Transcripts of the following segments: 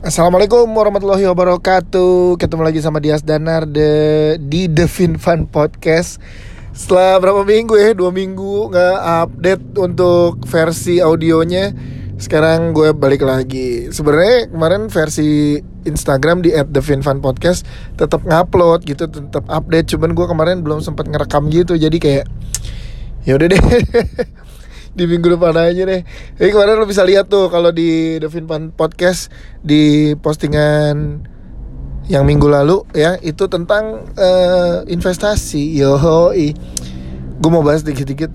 Assalamualaikum warahmatullahi wabarakatuh. Ketemu lagi sama Dias Danar di The Finfan Podcast. Setelah berapa minggu ya, 2 minggu gak update untuk versi audionya. Sekarang gue balik lagi. Sebenarnya kemarin versi Instagram di @thefinfanpodcast tetap ngupload gitu, tetap update. Cuman gue kemarin belum sempat ngerekam gitu. Jadi kayak yaudah deh di minggu depan aja deh. Jadi kemarin lo bisa lihat tuh kalau di The Finfan Podcast di postingan yang minggu lalu ya, itu tentang investasi. Yoi, gue mau bahas dikit-dikit.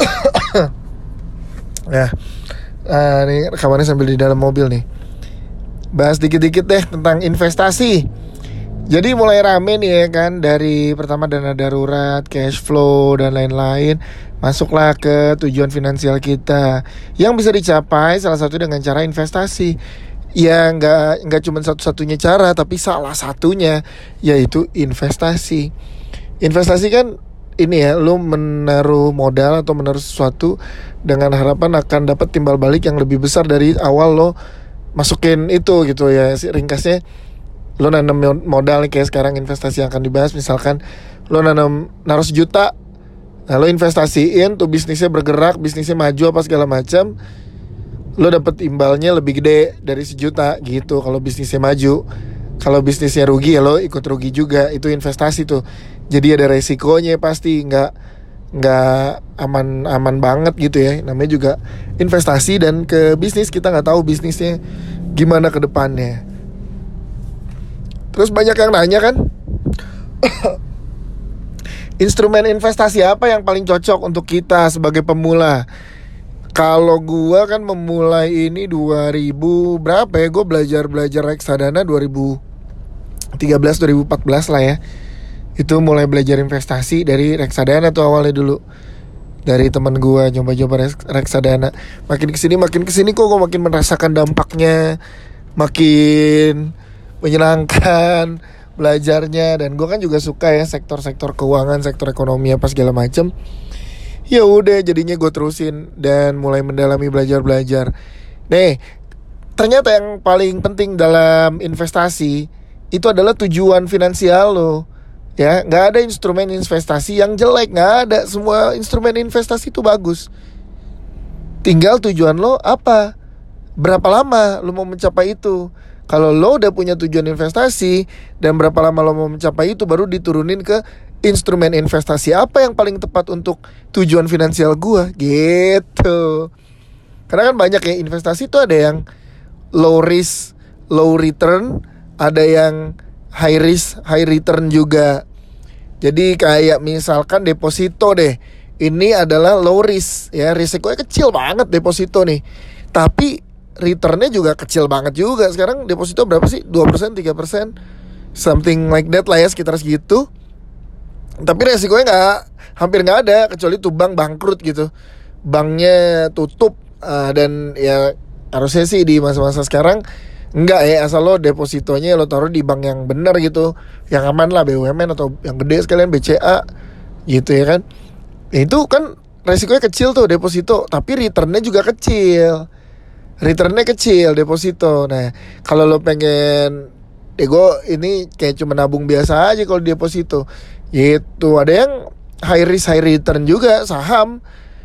Nah, nih rekamannya sambil di dalam mobil nih. Bahas dikit-dikit deh tentang investasi. Jadi mulai rame nih ya kan, dari pertama dana darurat, cash flow dan lain-lain. Masuklah ke tujuan finansial kita yang bisa dicapai salah satu dengan cara investasi. Ya nggak cuma satu-satunya cara, tapi salah satunya yaitu investasi. Investasi kan ini ya, lo menaruh modal atau menaruh sesuatu dengan harapan akan dapat timbal balik yang lebih besar dari awal lo masukin itu gitu ya. Ringkasnya, lo nanam modal nih, kayak sekarang investasi yang akan dibahas. Misalkan lo naruh 1 juta, nah lo investasiin tuh, bisnisnya bergerak, bisnisnya maju apa segala macam, lo dapet imbalnya lebih gede dari 1 juta gitu kalau bisnisnya maju. Kalau bisnisnya rugi ya lo ikut rugi juga. Itu investasi tuh. Jadi ada resikonya pasti, nggak aman banget gitu ya. Namanya juga investasi, dan ke bisnis kita nggak tahu bisnisnya gimana ke depannya. Terus banyak yang nanya kan, instrumen investasi apa yang paling cocok untuk kita sebagai pemula? Kalau gua kan memulai ini 2000 berapa ya, gua belajar reksadana 2013-2014 lah ya. Itu mulai belajar investasi dari reksadana tuh awalnya dulu. Dari teman gua coba reksadana. Makin kesini kok gua makin merasakan dampaknya, makin menyenangkan belajarnya. Dan gue kan juga suka ya sektor-sektor keuangan, sektor ekonomi apa segala macem. Ya udah, jadinya gue terusin dan mulai mendalami belajar. Nih, ternyata yang paling penting dalam investasi itu adalah tujuan finansial lo. Ya, nggak ada instrumen investasi yang jelek, nggak ada. Semua instrumen investasi itu bagus. Tinggal tujuan lo apa, berapa lama lo mau mencapai itu. Kalau lo udah punya tujuan investasi dan berapa lama lo mau mencapai itu, baru diturunin ke instrumen investasi apa yang paling tepat untuk tujuan finansial gua gitu. Karena kan banyak ya investasi tuh, ada yang low risk, low return, ada yang high risk, high return juga. Jadi kayak misalkan deposito deh. Ini adalah low risk ya, risikonya kecil banget deposito nih. Tapi returnnya juga kecil banget juga. Sekarang deposito berapa sih? 2%, 3%, something like that lah ya, sekitar segitu. Tapi resikonya hampir gak ada, kecuali tuh bank bangkrut gitu, banknya tutup. Dan ya harusnya sih di masa-masa sekarang enggak ya, asal lo depositonya lo taruh di bank yang benar gitu, yang aman lah, BUMN atau yang gede sekalian, BCA gitu ya kan. Itu kan resikonya kecil tuh deposito, tapi returnnya juga kecil. Returnnya kecil deposito. Nah, kalau lo pengen gue ini kayak cuma nabung biasa aja kalau deposito gitu. Ada yang high risk high return juga, saham.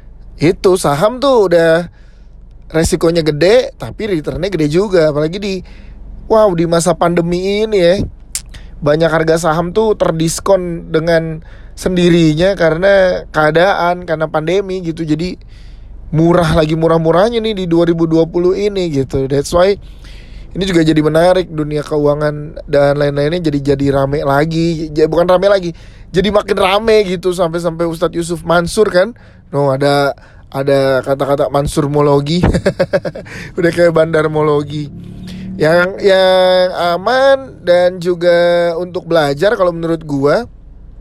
Itu saham tuh udah resikonya gede tapi returnnya gede juga. Apalagi di masa pandemi ini ya, banyak harga saham tuh terdiskon dengan sendirinya karena keadaan, karena pandemi gitu. Jadi murah-murahnya nih di 2020 ini gitu. That's why ini juga jadi menarik, dunia keuangan dan lain-lainnya jadi rame lagi. Bukan rame lagi, jadi makin rame gitu, sampai Ustadz Yusuf Mansur kan. Ada kata-kata Mansurmologi. Udah kayak bandarmologi. Yang aman dan juga untuk belajar, kalau menurut gua,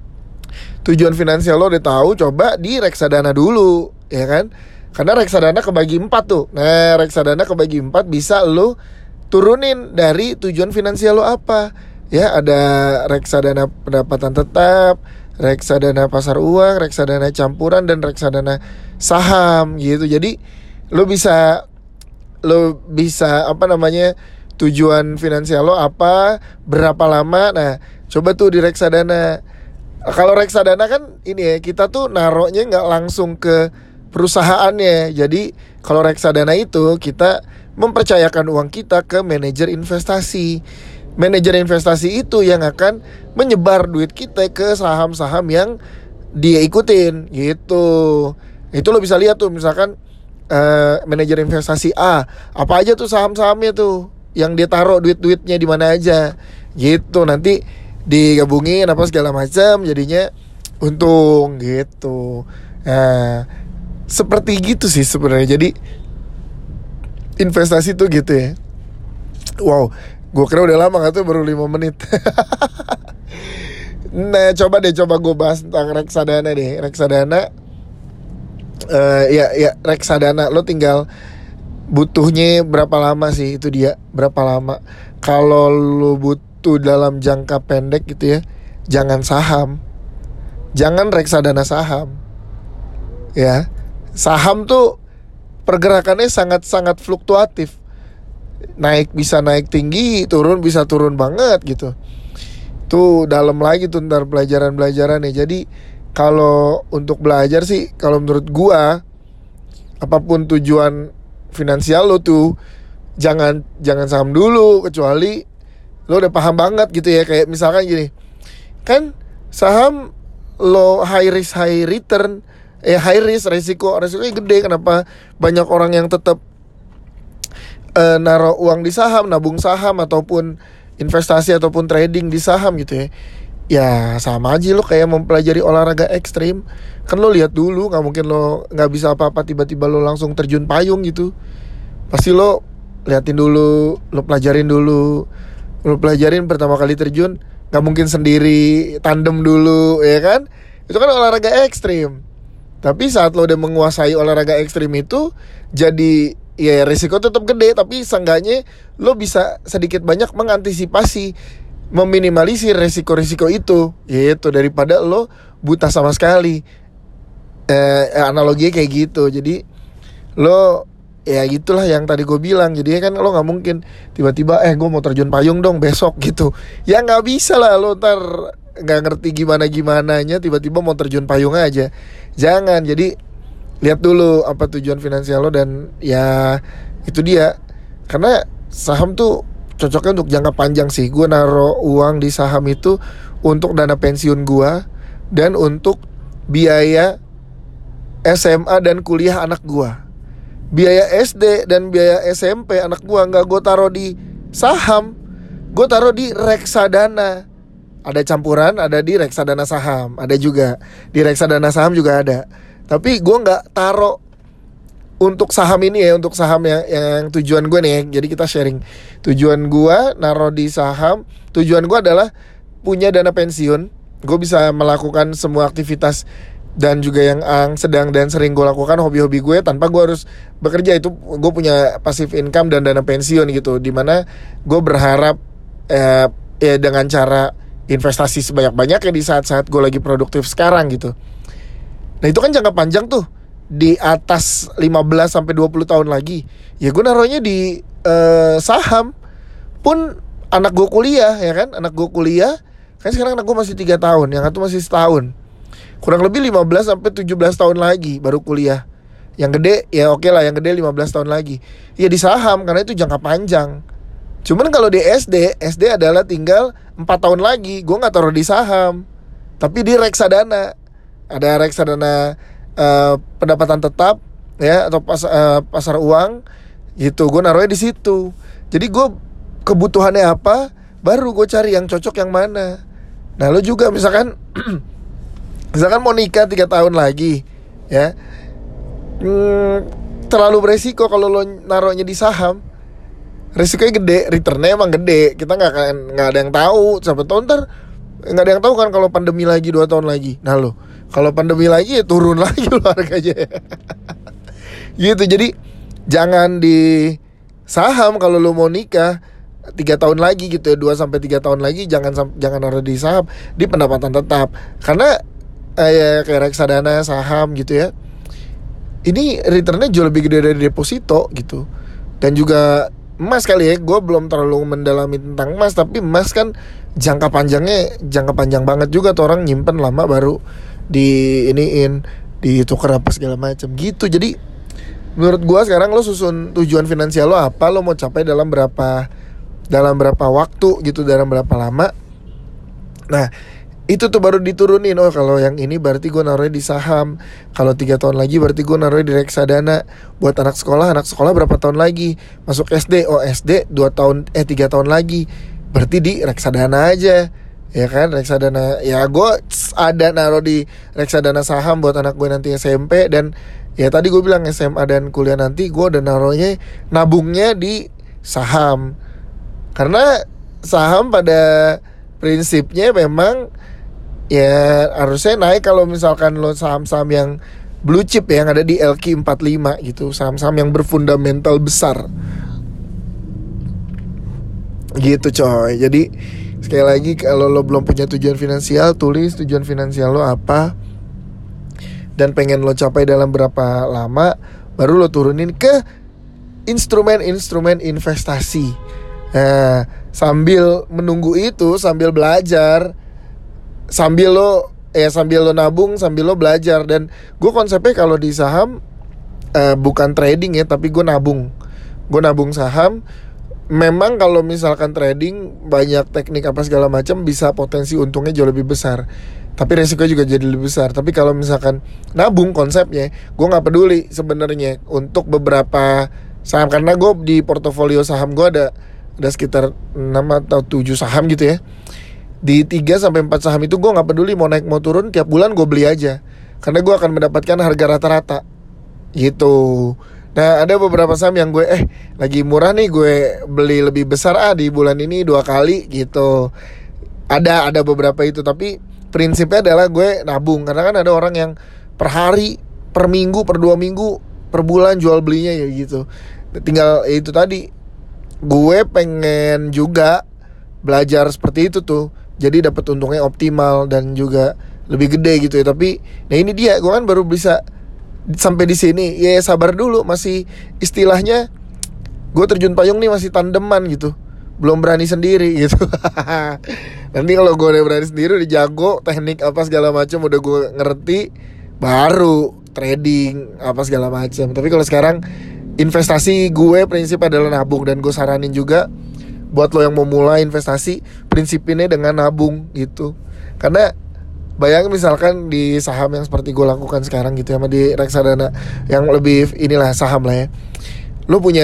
tujuan finansial lo udah tahu, coba di reksadana dulu ya kan. Karena reksadana kebagi 4 tuh. Nah, reksadana kebagi 4 bisa lo turunin dari tujuan finansial lo apa. Ya, ada reksadana pendapatan tetap, reksadana pasar uang, reksadana campuran, dan reksadana saham gitu. Jadi lo bisa tujuan finansial lo apa, berapa lama. Nah, coba tuh di reksadana. Kalau reksadana kan ini ya, kita tuh naruhnya nggak langsung ke perusahaannya. Jadi kalau reksadana itu kita mempercayakan uang kita ke manajer investasi. Manajer investasi itu yang akan menyebar duit kita ke saham-saham yang dia ikutin gitu. Itu lo bisa lihat tuh misalkan manajer investasi A, apa aja tuh saham-sahamnya tuh yang dia taruh duit-duitnya di mana aja gitu. Nanti digabungin apa segala macam jadinya untung gitu. Nah, seperti gitu sih sebenarnya. Jadi investasi tuh gitu ya. Wow, gue kira udah lama, gak tuh baru 5 menit. Nah, coba gue bahas tentang reksadana deh. Reksadana ya reksadana lo tinggal butuhnya berapa lama sih, itu dia, berapa lama. Kalau lo butuh dalam jangka pendek gitu ya, jangan saham. Jangan reksadana saham. Ya. Saham tuh pergerakannya sangat-sangat fluktuatif. Bisa naik tinggi, turun bisa turun banget gitu. Tuh dalam lagi tuh ntar pelajaran-pelajaran ya. Jadi kalau untuk belajar sih, kalau menurut gua, apapun tujuan finansial lo tuh jangan saham dulu, kecuali lo udah paham banget gitu ya. Kayak misalkan gini, kan saham lo high risk high return, high risk, resikonya gede. Kenapa banyak orang yang tetap naruh uang di saham, nabung saham ataupun investasi ataupun trading di saham gitu ya. Ya sama aja lo kayak mempelajari olahraga ekstrim. Kan lo lihat dulu, gak mungkin lo gak bisa apa-apa tiba-tiba lo langsung terjun payung gitu. Pasti lo liatin dulu, lo pelajarin dulu. Lo pelajarin pertama kali terjun, gak mungkin sendiri, tandem dulu ya kan. Itu kan olahraga ekstrim. Tapi saat lo udah menguasai olahraga ekstrim itu, jadi ya risiko tetap gede, tapi seenggaknya lo bisa sedikit banyak mengantisipasi, meminimalisir risiko-risiko itu, yaitu daripada lo buta sama sekali. Analoginya kayak gitu. Jadi lo ya gitulah yang tadi gue bilang. Jadi kan lo nggak mungkin tiba-tiba gue mau terjun payung dong besok gitu. Ya nggak bisa lah, lo ntar nggak ngerti gimananya tiba-tiba mau terjun payung aja. Jangan. Jadi lihat dulu apa tujuan finansial lo, dan ya itu dia. Karena saham tuh cocoknya untuk jangka panjang sih. Gue naruh uang di saham itu untuk dana pensiun gue dan untuk biaya SMA dan kuliah anak gue. Biaya SD dan biaya SMP anak gue nggak gue taruh di saham, gue taruh di reksadana. Ada campuran, ada di reksadana saham, ada juga di reksadana saham juga ada. Tapi gue nggak taruh untuk saham ini ya, untuk saham yang tujuan gue nih ya. Jadi kita sharing. Tujuan gue naruh di saham, tujuan gue adalah punya dana pensiun. Gue bisa melakukan semua aktivitas dan juga yang sedang dan sering gue lakukan, hobi-hobi gue, tanpa gue harus bekerja. Itu gue punya passive income dan dana pensiun gitu, dimana gue berharap dengan cara investasi sebanyak-banyaknya di saat-saat gue lagi produktif sekarang gitu. Nah itu kan jangka panjang tuh, di atas 15-20 tahun lagi. Ya gue naruhnya di saham. Pun anak gue kuliah ya kan. Anak gue kuliah, kan sekarang anak gue masih 3 tahun, yang satu masih setahun. Kurang lebih 15-17 tahun lagi baru kuliah. Yang gede ya oke lah, yang gede 15 tahun lagi. Ya di saham, karena itu jangka panjang. Cuman kalau di SD adalah tinggal 4 tahun lagi. Gue gak taruh di saham, tapi di reksadana. Ada reksadana pendapatan tetap ya, atau pasar uang gitu. Gue naruhnya di situ. Jadi gue kebutuhannya apa, baru gue cari yang cocok yang mana. Nah lo juga misalkan misalkan mau nikah 3 tahun lagi ya, terlalu beresiko kalau lo naruhnya di saham. Risikonya gede, returnnya emang gede. Kita nggak ada yang tahu. Siapa tahu ntar nggak ada yang tahu kan kalau pandemi lagi 2 tahun lagi. Nah lo, kalau pandemi lagi ya turun lagi lo harganya. Gitu. Jadi jangan di saham kalau lo mau nikah 3 tahun lagi gitu ya, 2-3 tahun lagi jangan naruh di saham, di pendapatan tetap. Karena ya kayak reksadana saham gitu ya, ini returnnya jauh lebih gede dari deposito gitu. Dan juga emas kali ya. Gue belum terlalu mendalami tentang emas, tapi emas kan jangka panjang banget juga tuh, orang nyimpen lama baru ditukar apa segala macam gitu. Jadi menurut gue sekarang lo susun tujuan finansial lo apa, lo mau capai dalam berapa waktu gitu, dalam berapa lama. Nah itu tuh baru diturunin. Oh kalau yang ini berarti gue naruhnya di saham. Kalau 3 tahun lagi berarti gue naruhnya di reksadana. Buat anak sekolah berapa tahun lagi masuk SD. Oh SD 3 tahun lagi berarti di reksadana aja. Ya kan, reksadana. Ya gue ada naruh di reksadana saham buat anak gue nanti SMP. Dan ya tadi gue bilang SMA dan kuliah nanti gue udah naruhnya, nabungnya di saham. Karena saham pada prinsipnya memang ya harusnya naik kalau misalkan lo saham-saham yang blue chip yang ada di LQ45 gitu, saham-saham yang berfundamental besar gitu coy. Jadi sekali lagi, kalau lo belum punya tujuan finansial, tulis tujuan finansial lo apa dan pengen lo capai dalam berapa lama, baru lo turunin ke instrumen-instrumen investasi. Nah sambil menunggu itu, sambil belajar, sambil lo nabung, sambil lo belajar. Dan gue konsepnya kalau di saham bukan trading ya, tapi gue nabung saham. Memang kalau misalkan trading banyak teknik apa segala macam, bisa potensi untungnya jauh lebih besar, tapi resikonya juga jadi lebih besar. Tapi kalau misalkan nabung konsepnya, gue nggak peduli sebenarnya untuk beberapa saham, karena gue di portofolio saham gue ada sekitar 6 atau 7 saham gitu ya. Di 3-4 saham itu gue gak peduli mau naik mau turun, tiap bulan gue beli aja, karena gue akan mendapatkan harga rata-rata gitu. Nah ada beberapa saham yang gue lagi murah nih, gue beli lebih besar di bulan ini 2 kali gitu. Ada beberapa itu, tapi prinsipnya adalah gue nabung. Karena kan ada orang yang per hari, per minggu, per 2 minggu, per bulan jual belinya ya gitu. Tinggal itu tadi, gue pengen juga belajar seperti itu tuh, jadi dapat untungnya optimal dan juga lebih gede gitu ya. Tapi nah ini dia, gue kan baru bisa sampai di sini. Ya sabar dulu, masih istilahnya gue terjun payung nih, masih tandeman gitu, belum berani sendiri gitu. Nanti kalau gue udah berani sendiri, udah jago teknik apa segala macam, udah gue ngerti, baru trading apa segala macam. Tapi kalau sekarang investasi gue prinsip adalah nabung. Dan gue saranin juga buat lo yang mau mulai investasi, prinsipinnya dengan nabung gitu. Karena bayangin misalkan di saham yang seperti gue lakukan sekarang gitu, sama di reksadana yang lebih inilah saham lah ya, lo punya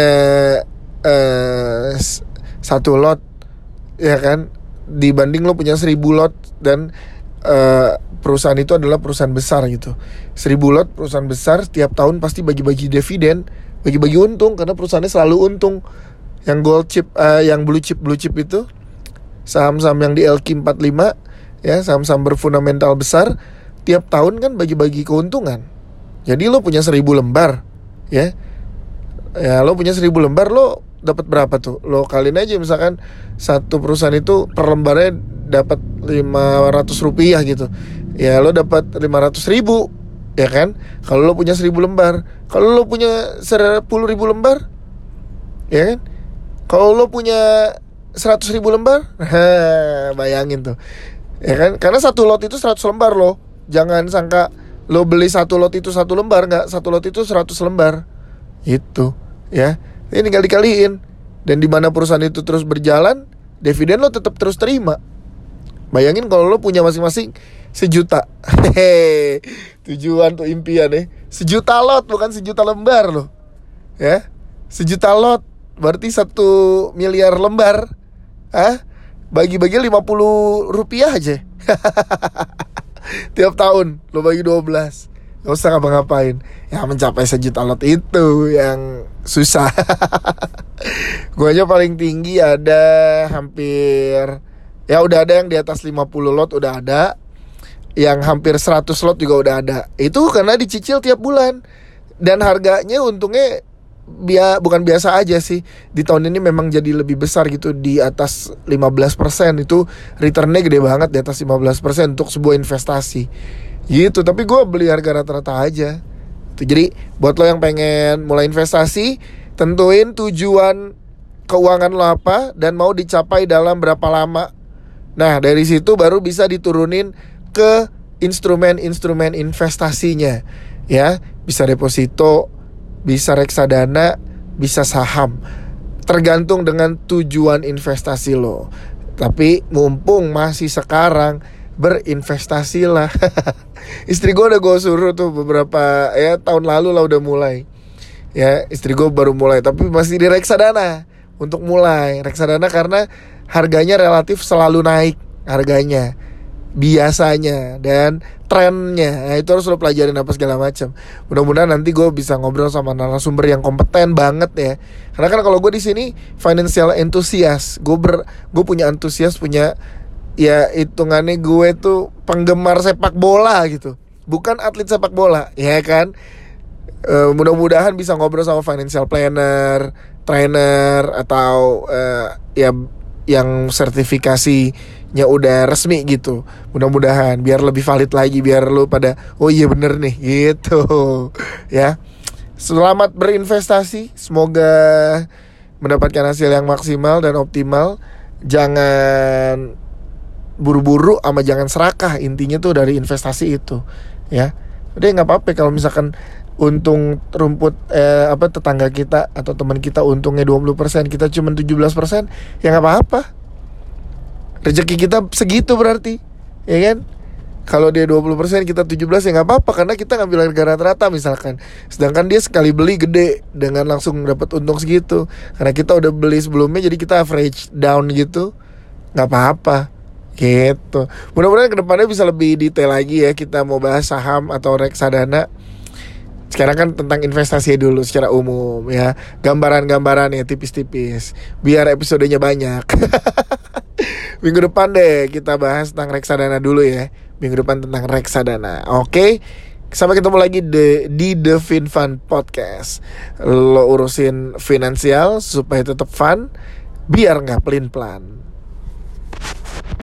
1 lot ya kan, dibanding lo punya 1000 lot. Dan perusahaan itu adalah perusahaan besar gitu. 1000 lot perusahaan besar, setiap tahun pasti bagi-bagi dividen, bagi-bagi untung, karena perusahaannya selalu untung. Yang gold chip, yang blue chip itu saham-saham yang di LQ45 ya, saham-saham berfundamental besar, tiap tahun kan bagi-bagi keuntungan. Jadi lo punya 1000 lembar ya, lo punya 1000 lembar, lo dapat berapa tuh? Lo kaliin aja, misalkan satu perusahaan itu per lembarnya dapat 500 rupiah gitu, ya lo dapat 500.000 ya kan, kalau lo punya 1000 lembar. Kalau lo punya 10.000 lembar ya kan, kalau lo punya 100.000 lembar, bayangin tuh ya kan, karena 1 lot itu 100 lembar lo. Jangan sangka lo beli 1 lot itu 1 lembar, enggak, 1 lot itu 100 lembar itu ya. Ini tinggal dikaliin. Dan di mana perusahaan itu terus berjalan, dividen lo tetap terus terima. Bayangin kalau lo punya masing-masing 1 juta. Tujuan tuh, impian ya, 1 juta lot, bukan 1 juta lembar lo ya. 1 juta lot berarti 1 miliar lembar. Bagi-bagi 50 rupiah aja. Tiap tahun lo bagi 12, gak usah ngapa-ngapain. Ya mencapai 1 juta lot itu yang susah. Gue aja paling tinggi ada hampir, ya udah ada yang di atas 50 lot udah ada, yang hampir 100 lot juga udah ada. Itu karena dicicil tiap bulan. Dan harganya untungnya bukan biasa aja sih. Di tahun ini memang jadi lebih besar gitu, di atas 15%. Itu returnnya gede banget, di atas 15% untuk sebuah investasi gitu. Tapi gue beli harga rata-rata aja tuh. Jadi buat lo yang pengen mulai investasi, tentuin tujuan keuangan lo apa dan mau dicapai dalam berapa lama. Nah dari situ baru bisa diturunin ke instrumen-instrumen investasinya. Ya, bisa deposito, bisa reksadana, bisa saham. Tergantung dengan tujuan investasi lo. Tapi mumpung masih sekarang, berinvestasilah. Istri gue udah gue suruh tuh beberapa tahun lalu lah udah mulai. Ya, istri gue baru mulai, tapi masih di reksadana untuk mulai. Reksadana karena harganya relatif selalu naik harganya biasanya dan trennya. Nah, itu harus lo pelajarin apa segala macam. Mudah-mudahan nanti gue bisa ngobrol sama narasumber yang kompeten banget ya. Karena kan kalau gue di sini financial enthusiast, gue punya antusias, punya ya hitungannya gue tuh penggemar sepak bola gitu, bukan atlet sepak bola, ya kan. Mudah-mudahan bisa ngobrol sama financial planner, trainer atau yang sertifikasinya udah resmi gitu. Mudah-mudahan biar lebih valid lagi, biar lu pada oh iya bener nih gitu ya. Selamat berinvestasi, semoga mendapatkan hasil yang maksimal dan optimal. Jangan buru-buru sama jangan serakah, intinya tuh dari investasi itu ya. Udah nggak apa-apa kalau misalkan untung rumput tetangga kita atau teman kita untungnya 20%, kita cuma 17%, ya nggak apa-apa. Rezeki kita segitu berarti, ya kan? Kalau dia 20%, kita 17%, ya nggak apa-apa karena kita ngambil harga rata-rata misalkan. Sedangkan dia sekali beli gede dengan langsung dapat untung segitu. Karena kita udah beli sebelumnya, jadi kita average down gitu, nggak apa-apa. Gitu. Mudah-mudahan kedepannya bisa lebih detail lagi ya. Kita mau bahas saham atau reksadana. Sekarang kan tentang investasi dulu secara umum ya. Gambaran-gambaran ya tipis-tipis, biar episodenya banyak. Minggu depan deh kita bahas tentang reksadana dulu ya. Minggu depan tentang reksadana. Oke. Sampai ketemu lagi di The Fin Fun Podcast. Lo urusin finansial supaya tetap fun, biar gak pelin-pelan.